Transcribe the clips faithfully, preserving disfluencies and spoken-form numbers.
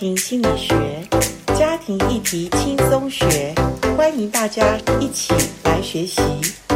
庭心理学，家庭议题轻松学，欢迎大家一起来学习。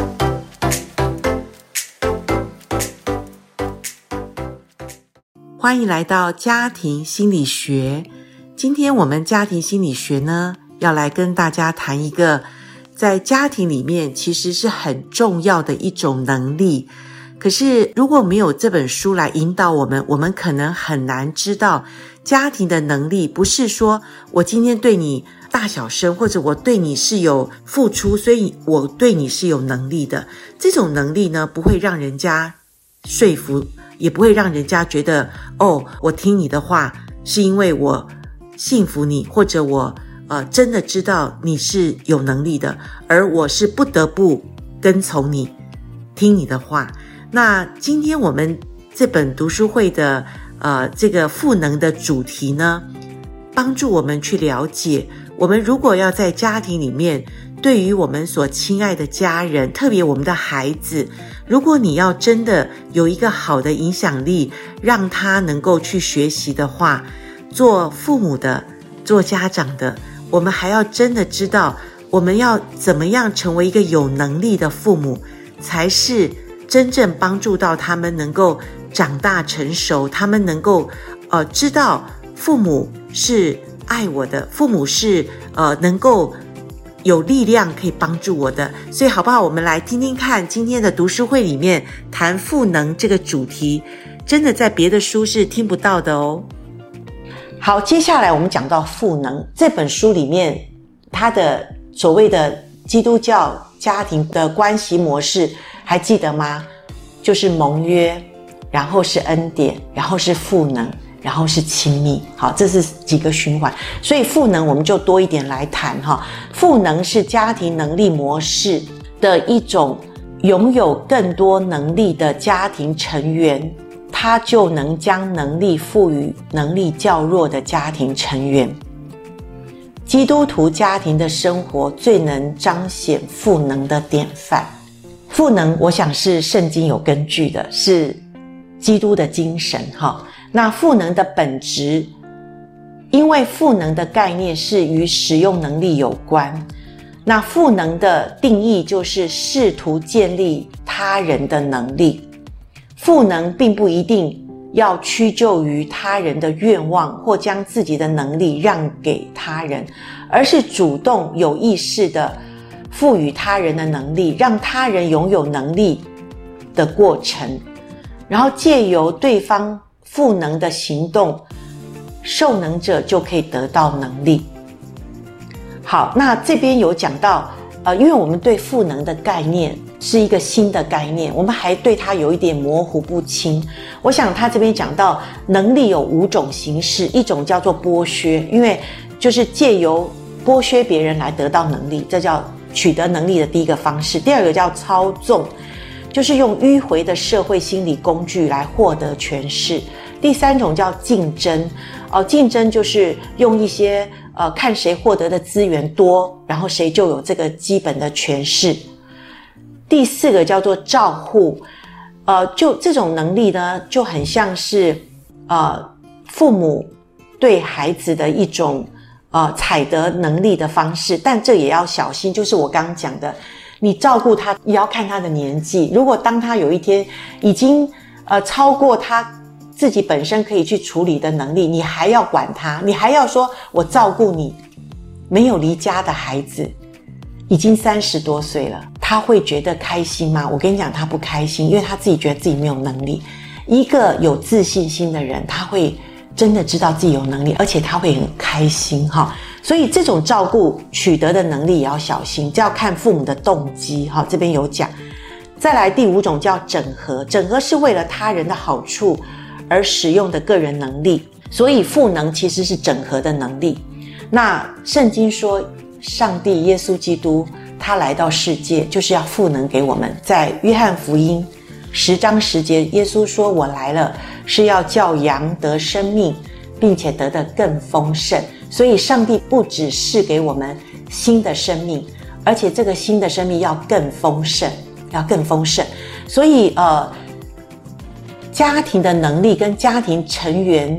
欢迎来到家庭心理学。今天我们家庭心理学呢，要来跟大家谈一个在家庭里面其实是很重要的一种能力。可是如果没有这本书来引导我们，我们可能很难知道家庭的能力不是说我今天对你大小声，或者我对你是有付出，所以我对你是有能力的。这种能力呢，不会让人家说服，也不会让人家觉得哦，我听你的话是因为我信服你，或者我呃真的知道你是有能力的，而我是不得不跟从你，听你的话。那今天我们这本读书会的呃这个赋能的主题呢，帮助我们去了解，我们如果要在家庭里面，对于我们所亲爱的家人，特别我们的孩子，如果你要真的有一个好的影响力，让他能够去学习的话，做父母的，做家长的，我们还要真的知道，我们要怎么样成为一个有能力的父母，才是真正帮助到他们能够长大成熟，他们能够呃知道父母是爱我的，父母是呃能够有力量可以帮助我的。所以好不好，我们来听听看今天的读书会里面谈赋能这个主题，真的在别的书是听不到的哦。好，接下来我们讲到赋能这本书里面，它的所谓的基督教家庭的关系模式还记得吗？就是盟约，然后是恩典，然后是赋能，然后是亲密。好，这是几个循环。所以赋能我们就多一点来谈哈。赋能是家庭能力模式的一种拥有更多能力的家庭成员，他就能将能力赋予能力较弱的家庭成员。基督徒家庭的生活最能彰显赋能的典范。赋能我想是圣经有根据的，是基督的精神哈。那赋能的本质，因为赋能的概念是与使用能力有关，那赋能的定义就是试图建立他人的能力。赋能并不一定要屈就于他人的愿望，或将自己的能力让给他人，而是主动有意识的赋予他人的能力，让他人拥有能力的过程，然后借由对方赋能的行动，受能者就可以得到能力。好，那这边有讲到呃，因为我们对赋能的概念是一个新的概念，我们还对它有一点模糊不清。我想他这边讲到能力有五种形式，一种叫做剥削，因为就是借由剥削别人来得到能力，这叫取得能力的第一个方式。第二个叫操纵，就是用迂回的社会心理工具来获得权势。第三种叫竞争，呃，竞争就是用一些呃看谁获得的资源多，然后谁就有这个基本的权势。第四个叫做照护，呃，就这种能力呢，就很像是呃父母对孩子的一种呃采得能力的方式，但这也要小心，就是我刚刚讲的，你照顾他也要看他的年纪。如果当他有一天已经呃超过他自己本身可以去处理的能力，你还要管他，你还要说我照顾你。没有离家的孩子已经三十多岁了，他会觉得开心吗？我跟你讲，他不开心，因为他自己觉得自己没有能力。一个有自信心的人，他会真的知道自己有能力，而且他会很开心哈。所以这种照顾取得的能力也要小心，这要看父母的动机哈。这边有讲。再来第五种叫整合，整合是为了他人的好处而使用的个人能力，所以赋能其实是整合的能力。那圣经说上帝耶稣基督他来到世界就是要赋能给我们，在约翰福音十章十节，耶稣说我来了是要叫羊得生命，并且得得更丰盛。所以上帝不只是给我们新的生命，而且这个新的生命要更丰盛，要更丰盛。所以呃，家庭的能力跟家庭成员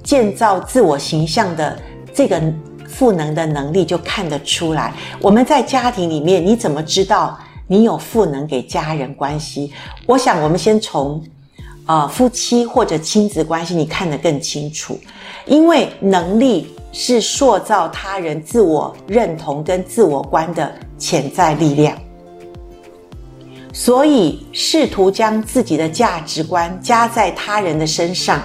建造自我形象的这个赋能的能力就看得出来。我们在家庭里面，你怎么知道你有赋能给家人关系？我想我们先从呃夫妻或者亲子关系，你看得更清楚。因为能力是塑造他人自我认同跟自我观的潜在力量，所以试图将自己的价值观加在他人的身上，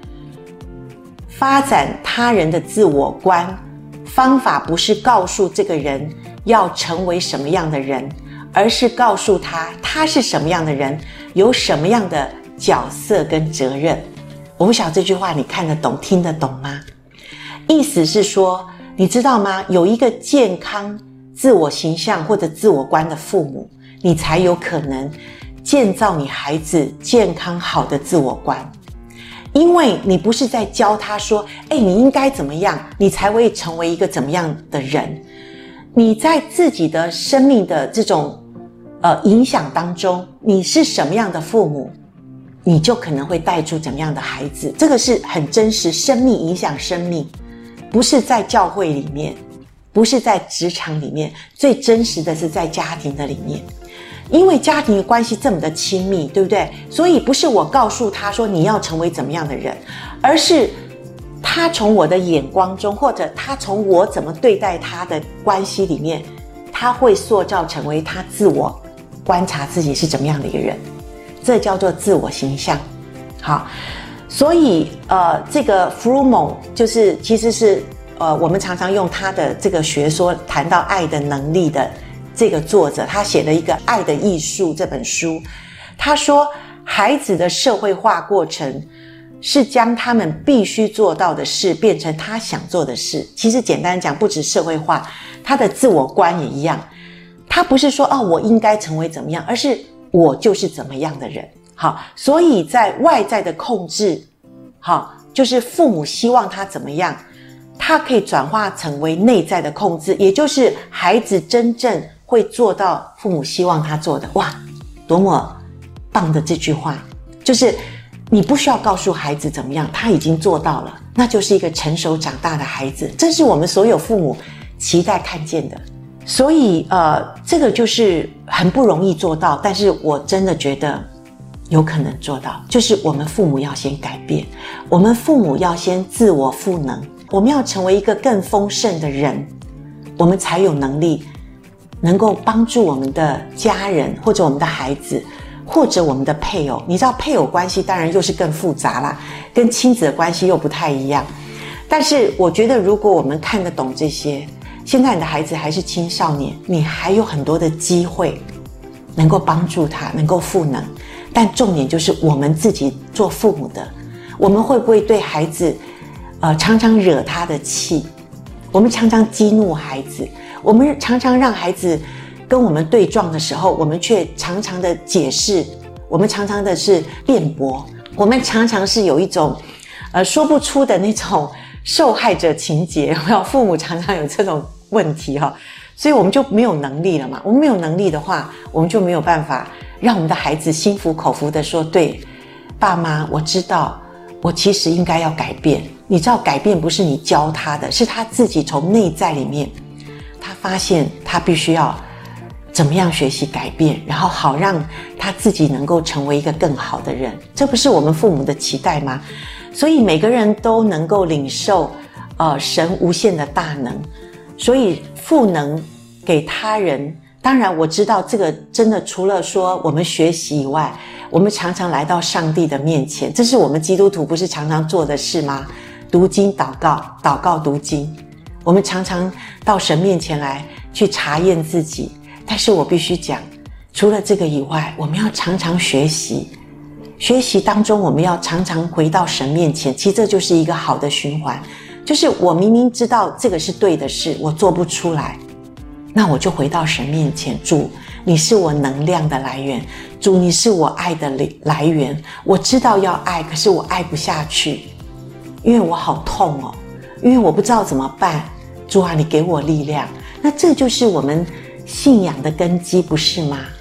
发展他人的自我观，方法不是告诉这个人要成为什么样的人，而是告诉他他是什么样的人，有什么样的角色跟责任。我不晓得这句话你看得懂听得懂吗？意思是说，你知道吗？有一个健康自我形象或者自我观的父母，你才有可能建造你孩子健康好的自我观。因为你不是在教他说，哎，你应该怎么样，你才会成为一个怎么样的人。你在自己的生命的这种呃影响当中，你是什么样的父母，你就可能会带出怎么样的孩子。这个是很真实，生命影响生命，不是在教会里面，不是在职场里面，最真实的是在家庭的里面。因为家庭的关系这么的亲密，对不对？所以不是我告诉他说你要成为怎么样的人，而是他从我的眼光中，或者他从我怎么对待他的关系里面，他会塑造成为他自我观察自己是怎么样的一个人，这叫做自我形象。好，所以呃，这个弗鲁蒙就是其实是呃，我们常常用他的这个学说谈到爱的能力的这个作者，他写了一个《爱的艺术》这本书。他说，孩子的社会化过程是将他们必须做到的事变成他想做的事。其实简单讲，不止社会化，他的自我观也一样。他不是说哦，我应该成为怎么样，而是我就是怎么样的人。好，所以在外在的控制，好，就是父母希望他怎么样，他可以转化成为内在的控制，也就是孩子真正会做到父母希望他做的。哇，多么棒的这句话，就是你不需要告诉孩子怎么样，他已经做到了，那就是一个成熟长大的孩子。这是我们所有父母期待看见的。所以呃，这个就是很不容易做到，但是我真的觉得有可能做到。就是我们父母要先改变，我们父母要先自我赋能，我们要成为一个更丰盛的人，我们才有能力能够帮助我们的家人，或者我们的孩子，或者我们的配偶。你知道配偶关系当然又是更复杂啦，跟亲子的关系又不太一样。但是我觉得如果我们看得懂这些，现在你的孩子还是青少年，你还有很多的机会能够帮助他，能够赋能。但重点就是我们自己做父母的，我们会不会对孩子呃，常常惹他的气，我们常常激怒孩子，我们常常让孩子跟我们对撞的时候，我们却常常的解释，我们常常的是辩驳，我们常常是有一种呃说不出的那种受害者情节。父母常常有这种问题哈，所以我们就没有能力了嘛。我们没有能力的话，我们就没有办法让我们的孩子心服口服的说，对，爸妈，我知道我其实应该要改变。你知道改变不是你教他的，是他自己从内在里面，他发现他必须要怎么样学习改变，然后好让他自己能够成为一个更好的人。这不是我们父母的期待吗？所以每个人都能够领受呃神无限的大能，所以赋能给他人。当然我知道这个真的除了说我们学习以外，我们常常来到上帝的面前，这是我们基督徒不是常常做的事吗？读经祷告，祷告读经，我们常常到神面前来去查验自己。但是我必须讲，除了这个以外，我们要常常学习，学习当中我们要常常回到神面前。其实这就是一个好的循环，就是我明明知道这个是对的事，我做不出来，那我就回到神面前，主，你是我能量的来源，主，你是我爱的来源。我知道要爱，可是我爱不下去，因为我好痛哦，因为我不知道怎么办。主啊，你给我力量。那这就是我们信仰的根基，不是吗？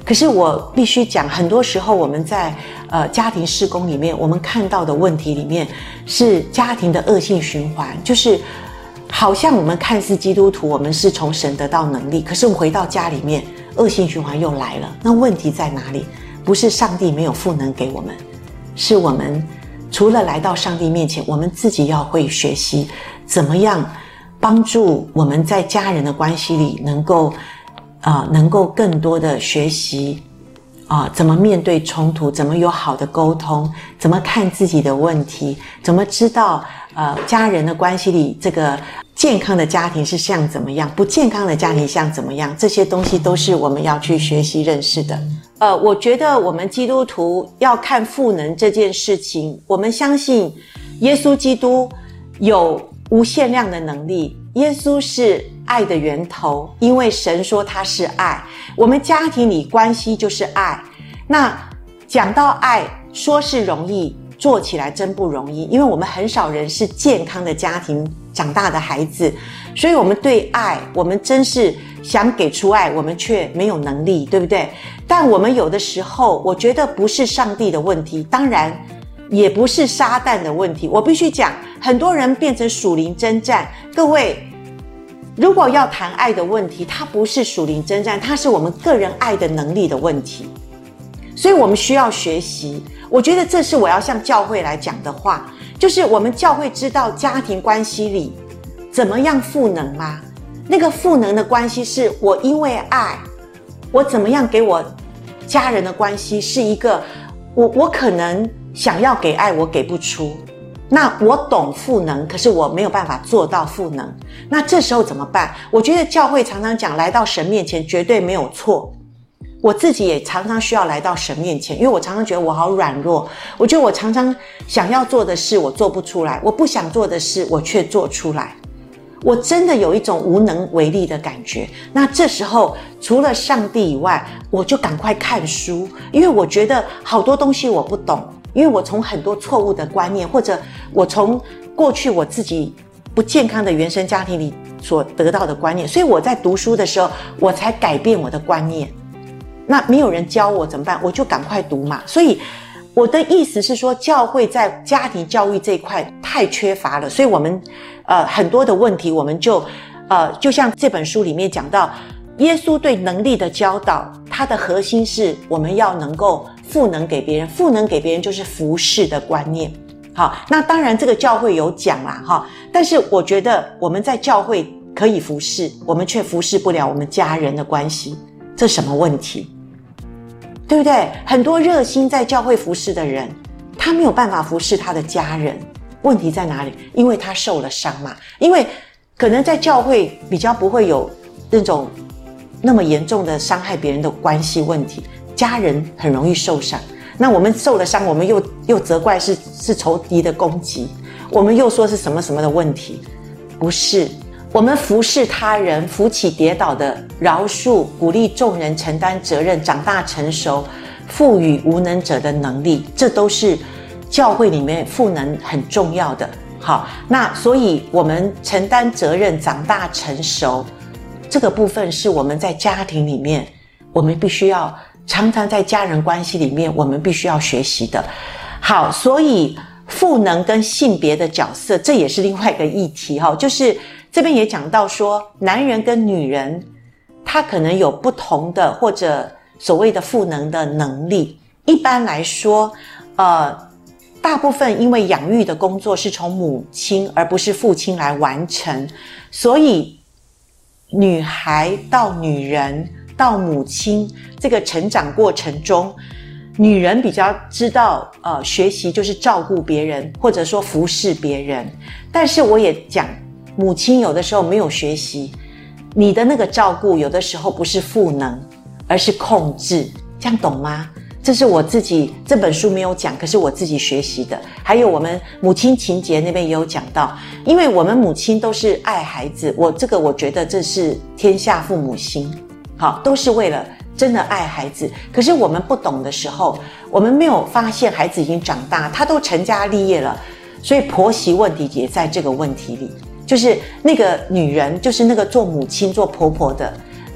可是我必须讲，很多时候我们在呃家庭事工里面，我们看到的问题里面是家庭的恶性循环，就是好像我们看似基督徒，我们是从神得到能力，可是我们回到家里面，恶性循环又来了。那问题在哪里？不是上帝没有赋能给我们，是我们除了来到上帝面前，我们自己要会学习怎么样帮助我们在家人的关系里能够啊、呃，能够更多的学习啊、呃，怎么面对冲突，怎么有好的沟通，怎么看自己的问题，怎么知道呃家人的关系里这个健康的家庭是像怎么样，不健康的家庭像怎么样，这些东西都是我们要去学习认识的。呃，我觉得我们基督徒要看赋能这件事情，我们相信耶稣基督有无限量的能力，耶稣是爱的源头，因为神说他是爱，我们家庭里关系就是爱。那讲到爱，说是容易，做起来真不容易，因为我们很少人是健康的家庭长大的孩子，所以我们对爱，我们真是想给出爱，我们却没有能力，对不对？但我们有的时候，我觉得不是上帝的问题，当然也不是撒旦的问题。我必须讲，很多人变成属灵征战。各位，如果要谈爱的问题，它不是属灵征战，它是我们个人爱的能力的问题。所以我们需要学习。我觉得这是我要向教会来讲的话，就是我们教会知道家庭关系里怎么样赋能吗？那个赋能的关系是我因为爱，我怎么样给我家人的关系是一个我我可能想要给爱，我给不出，那我懂赋能，可是我没有办法做到赋能，那这时候怎么办？我觉得教会常常讲来到神面前绝对没有错，我自己也常常需要来到神面前，因为我常常觉得我好软弱，我觉得我常常想要做的事我做不出来，我不想做的事我却做出来，我真的有一种无能为力的感觉。那这时候除了上帝以外，我就赶快看书，因为我觉得好多东西我不懂，因为我从很多错误的观念，或者我从过去我自己不健康的原生家庭里所得到的观念，所以我在读书的时候我才改变我的观念。那没有人教我怎么办？我就赶快读嘛。所以我的意思是说，教会在家庭教育这一块太缺乏了，所以我们呃很多的问题我们就呃就像这本书里面讲到，耶稣对能力的教导，它的核心是我们要能够赋能给别人，赋能给别人就是服事的观念。好，那当然这个教会有讲啦哈，但是我觉得我们在教会可以服事，我们却服事不了我们家人的关系，这什么问题？对不对？很多热心在教会服事的人，他没有办法服事他的家人，问题在哪里？因为他受了伤嘛。因为可能在教会比较不会有那种那么严重的伤害别人的关系问题，家人很容易受伤。那我们受了伤，我们又又责怪是是仇敌的攻击，我们又说是什么什么的问题，不是。我们服侍他人，扶起跌倒的，饶恕，鼓励众人承担责任，长大成熟，赋予无能者的能力，这都是教会里面赋能很重要的。好，那所以我们承担责任，长大成熟，这个部分是我们在家庭里面，我们必须要常常在家人关系里面，我们必须要学习的。好，所以赋能跟性别的角色，这也是另外一个议题哈，就是这边也讲到说，男人跟女人他可能有不同的或者所谓的赋能的能力。一般来说呃，大部分因为养育的工作是从母亲而不是父亲来完成，所以女孩到女人到母亲这个成长过程中，女人比较知道呃，学习就是照顾别人，或者说服侍别人。但是我也讲，母亲有的时候没有学习，你的那个照顾有的时候不是赋能，而是控制，这样懂吗？这是我自己这本书没有讲，可是我自己学习的。还有我们母亲情节那边也有讲到，因为我们母亲都是爱孩子，我这个我觉得这是天下父母心，好，都是为了真的爱孩子。可是我们不懂的时候，我们没有发现孩子已经长大，他都成家立业了，所以婆媳问题也在这个问题里。就是那个女人，就是那个做母亲做婆婆的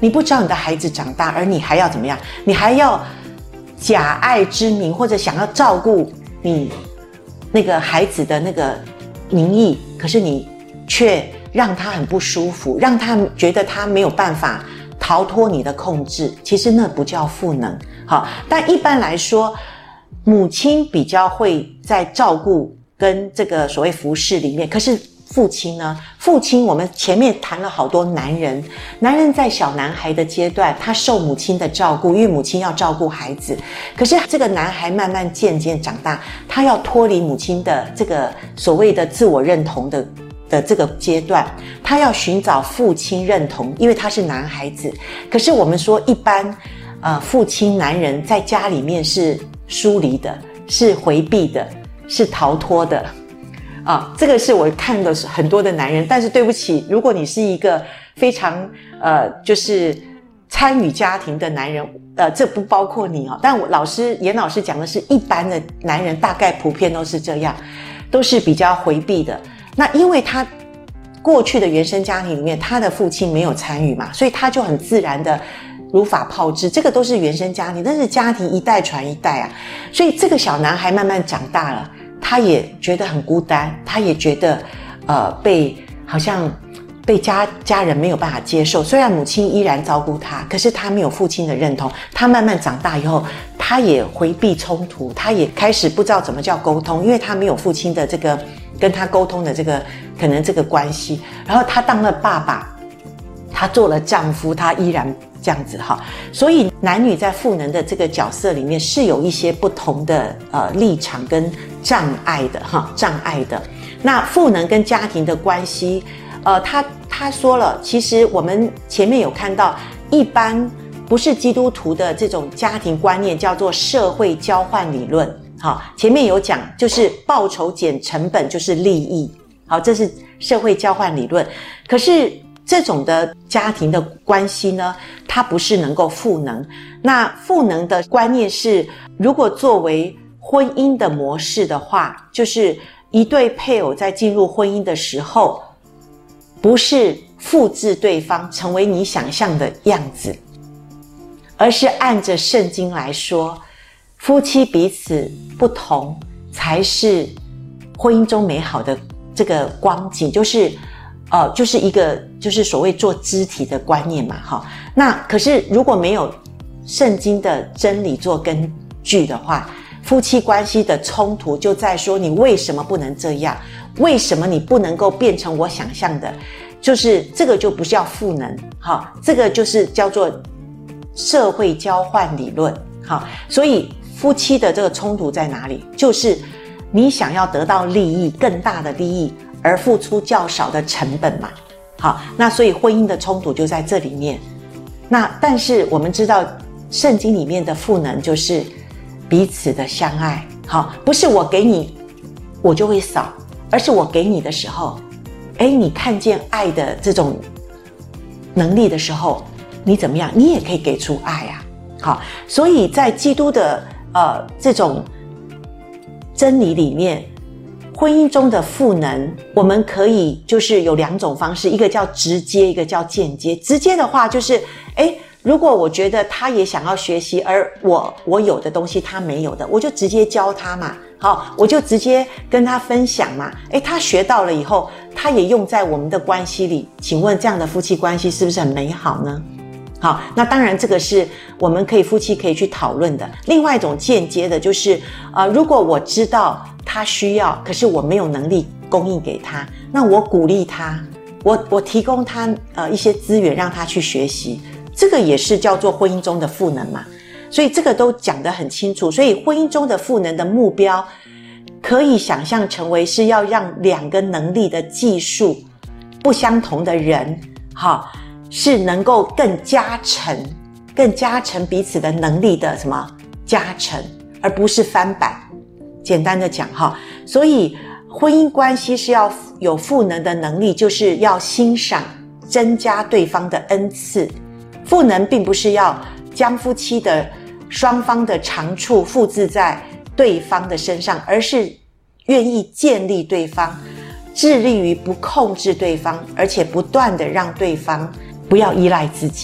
你不知道你的孩子长大，而你还要怎么样？你还要假爱之名，或者想要照顾你那个孩子的那个名义，可是你却让他很不舒服，让他觉得他没有办法逃脱你的控制。其实那不叫赋能。好，但一般来说，母亲比较会在照顾跟这个所谓服侍里面，可是父亲呢？父亲我们前面谈了好多男人，男人在小男孩的阶段，他受母亲的照顾，因为母亲要照顾孩子。可是这个男孩慢慢渐渐长大，他要脱离母亲的这个所谓的自我认同的的这个阶段，他要寻找父亲认同，因为他是男孩子。可是我们说一般呃，父亲男人在家里面是疏离的，是回避的，是逃脱的啊，这个是我看的很多的男人。但是对不起，如果你是一个非常呃，就是参与家庭的男人，呃，这不包括你哦。但我老师严老师讲的是一般的男人，大概普遍都是这样，都是比较回避的。那因为他过去的原生家庭里面，他的父亲没有参与嘛，所以他就很自然的如法炮制，这个都是原生家庭，但是家庭一代传一代啊，所以这个小男孩慢慢长大了，他也觉得很孤单，他也觉得呃被好像被家家人没有办法接受。虽然母亲依然照顾他，可是他没有父亲的认同。他慢慢长大以后，他也回避冲突，他也开始不知道怎么叫沟通，因为他没有父亲的这个跟他沟通的这个可能这个关系。然后他当了爸爸，他做了丈夫，他依然这样子哈。所以男女在赋能的这个角色里面是有一些不同的呃立场跟障碍的哈，障碍的。那赋能跟家庭的关系，呃，他他说了，其实我们前面有看到，一般不是基督徒的这种家庭观念叫做社会交换理论。好，前面有讲，就是报酬减成本就是利益。好，这是社会交换理论。可是这种的家庭的关系呢，它不是能够赋能。那赋能的观念是，如果作为婚姻的模式的话，就是一对配偶在进入婚姻的时候，不是复制对方成为你想象的样子，而是按着圣经来说，夫妻彼此不同才是婚姻中美好的这个光景，就是呃，就是一个就是所谓做肢体的观念嘛，哈。那可是如果没有圣经的真理做根据的话，夫妻关系的冲突就在说你为什么不能这样，为什么你不能够变成我想象的，就是这个就不叫赋能，哈，这个就是叫做社会交换理论，哈。所以夫妻的这个冲突在哪里？就是你想要得到利益，更大的利益，而付出较少的成本嘛。好，那所以婚姻的冲突就在这里面。那但是我们知道圣经里面的赋能就是彼此的相爱。好，不是我给你我就会少，而是我给你的时候，诶，你看见爱的这种能力的时候，你怎么样？你也可以给出爱啊。好，所以在基督的呃这种真理里面，婚姻中的赋能，我们可以就是有两种方式，一个叫直接，一个叫间接。直接的话就是，诶，如果我觉得他也想要学习，而我我有的东西他没有的，我就直接教他嘛。好，我就直接跟他分享嘛。诶，他学到了以后，他也用在我们的关系里。请问这样的夫妻关系是不是很美好呢？好，那当然这个是我们可以夫妻可以去讨论的。另外一种间接的就是呃，如果我知道他需要，可是我没有能力供应给他，那我鼓励他，我我提供他呃一些资源让他去学习，这个也是叫做婚姻中的赋能嘛。所以这个都讲得很清楚。所以婚姻中的赋能的目标可以想象成为是要让两个能力的技术不相同的人，好，是能够更加成更加成彼此的能力的什么加成，而不是翻版。简单的讲哈，所以婚姻关系是要有赋能的能力，就是要欣赏增加对方的恩赐。赋能并不是要将夫妻的双方的长处复制在对方的身上，而是愿意建立对方，致力于不控制对方，而且不断的让对方不要依赖自己。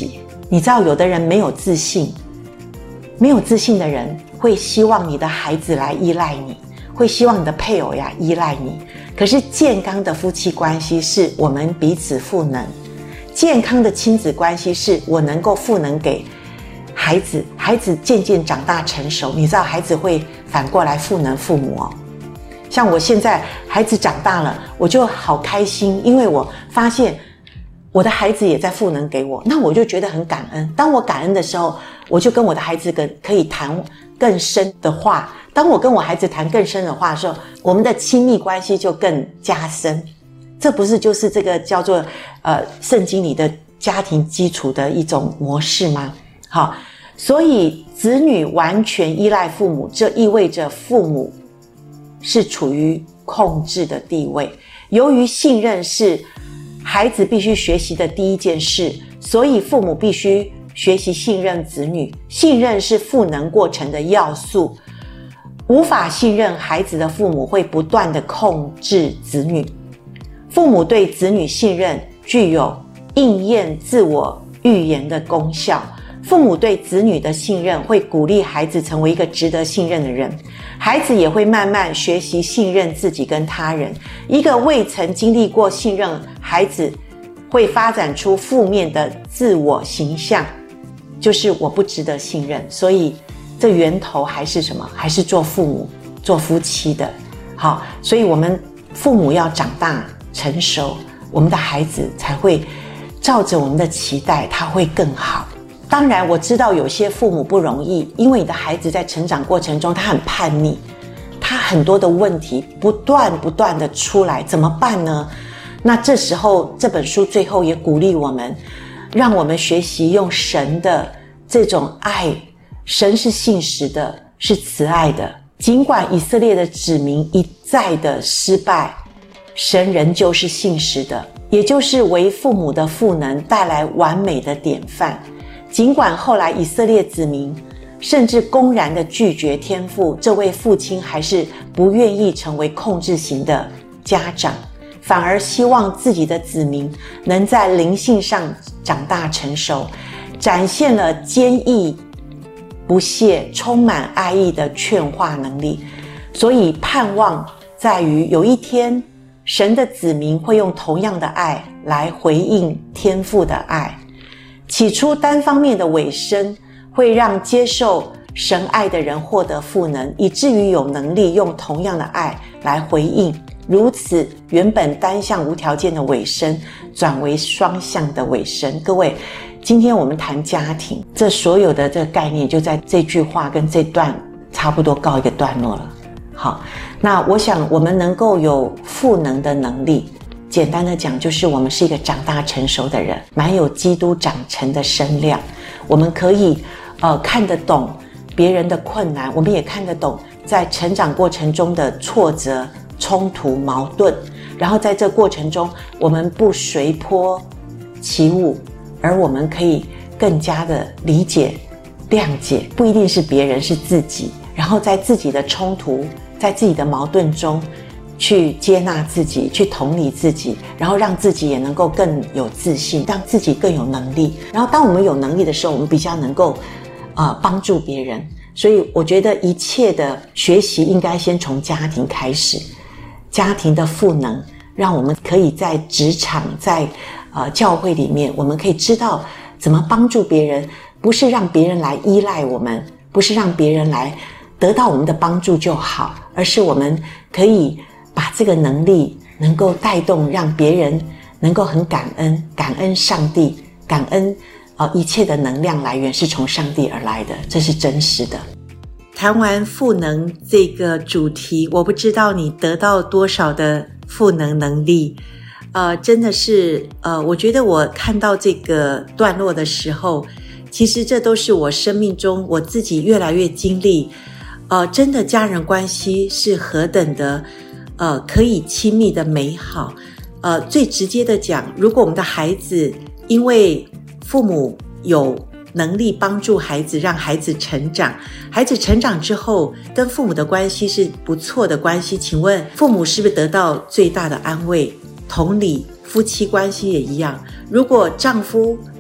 你知道有的人没有自信，没有自信的人会希望你的孩子来依赖你，会希望你的配偶呀依赖你。可是健康的夫妻关系是我们彼此赋能，健康的亲子关系是我能够赋能给孩子，孩子渐渐长大成熟，你知道孩子会反过来赋能父母哦。像我现在孩子长大了，我就好开心，因为我发现我的孩子也在赋能给我，那我就觉得很感恩。当我感恩的时候，我就跟我的孩子可以谈更深的话。当我跟我孩子谈更深的话的时候，我们的亲密关系就更加深。这不是就是这个叫做呃圣经里的家庭基础的一种模式吗？好，所以子女完全依赖父母，这意味着父母是处于控制的地位。由于信任是孩子必须学习的第一件事，所以父母必须学习信任子女。信任是赋能过程的要素。无法信任孩子的父母会不断地控制子女。父母对子女信任具有应验自我预言的功效。父母对子女的信任会鼓励孩子成为一个值得信任的人，孩子也会慢慢学习信任自己跟他人。一个未曾经历过信任，孩子会发展出负面的自我形象，就是我不值得信任。所以这源头还是什么？还是做父母做夫妻的。好，所以我们父母要长大成熟，我们的孩子才会照着我们的期待，他会更好。当然我知道有些父母不容易，因为你的孩子在成长过程中他很叛逆，他很多的问题不断不断的出来，怎么办呢？那这时候这本书最后也鼓励我们，让我们学习用神的这种爱。神是信实的，是慈爱的。尽管以色列的子民一再的失败，神仍旧是信实的，也就是为父母的赋能带来完美的典范。尽管后来以色列子民甚至公然的拒绝天父，这位父亲还是不愿意成为控制型的家长，反而希望自己的子民能在灵性上长大成熟，展现了坚毅不懈、充满爱意的劝化能力。所以盼望在于有一天，神的子民会用同样的爱来回应天父的爱。起初单方面的委身会让接受神爱的人获得赋能，以至于有能力用同样的爱来回应。如此，原本单向无条件的委身转为双向的委身。各位，今天我们谈家庭，这所有的这个概念就在这句话跟这段差不多告一个段落了。好，那我想我们能够有赋能的能力，简单的讲就是我们是一个长大成熟的人，蛮有基督长成的身量。我们可以呃看得懂别人的困难，我们也看得懂在成长过程中的挫折、冲突、矛盾，然后在这过程中我们不随波起舞，而我们可以更加的理解、谅解，不一定是别人，是自己，然后在自己的冲突、在自己的矛盾中去接纳自己，去同理自己，然后让自己也能够更有自信，让自己更有能力。然后当我们有能力的时候，我们比较能够呃帮助别人。所以我觉得一切的学习应该先从家庭开始，家庭的赋能，让我们可以在职场、在呃教会里面，我们可以知道怎么帮助别人，不是让别人来依赖我们，不是让别人来得到我们的帮助就好，而是我们可以把这个能力能够带动，让别人能够很感恩，感恩上帝，感恩呃一切的能量来源是从上帝而来的，这是真实的。 谈完赋能这个主题，我不知道你得到多少的赋能能力。呃，真的是呃，我觉得我看到这个段落的时候，其实这都是我生命中我自己越来越经历。呃，真的家人关系是何等的呃可以亲密的美好。呃，最直接的讲，如果我们的孩子因为父母有能力帮助孩子，让孩子成长，孩子成长之后跟父母的关系是不错的关系，请问父母是不是得到最大的安慰？同理，夫妻关系也一样，如果丈夫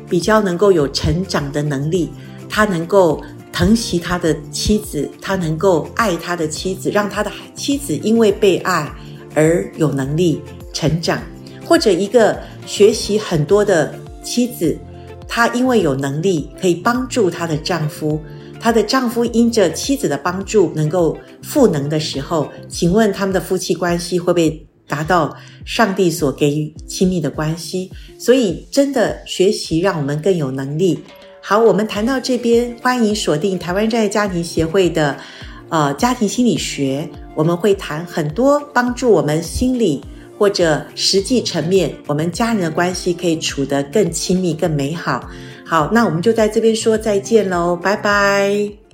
比较能够有成长的能力，他能够疼惜他的妻子，他能够爱他的妻子，让他的妻子因为被爱而有能力成长。或者一个学习很多的妻子，她因为有能力可以帮助她的丈夫，她的丈夫因着妻子的帮助能够赋能的时候，请问他们的夫妻关系会不会达到上帝所给予亲密的关系？所以真的学习让我们更有能力。好，我们谈到这边，欢迎锁定台湾真爱家庭协会的呃家庭心理学，我们会谈很多帮助我们心理或者实际层面，我们家人的关系可以处得更亲密更美好。好，那我们就在这边说再见咯，拜拜。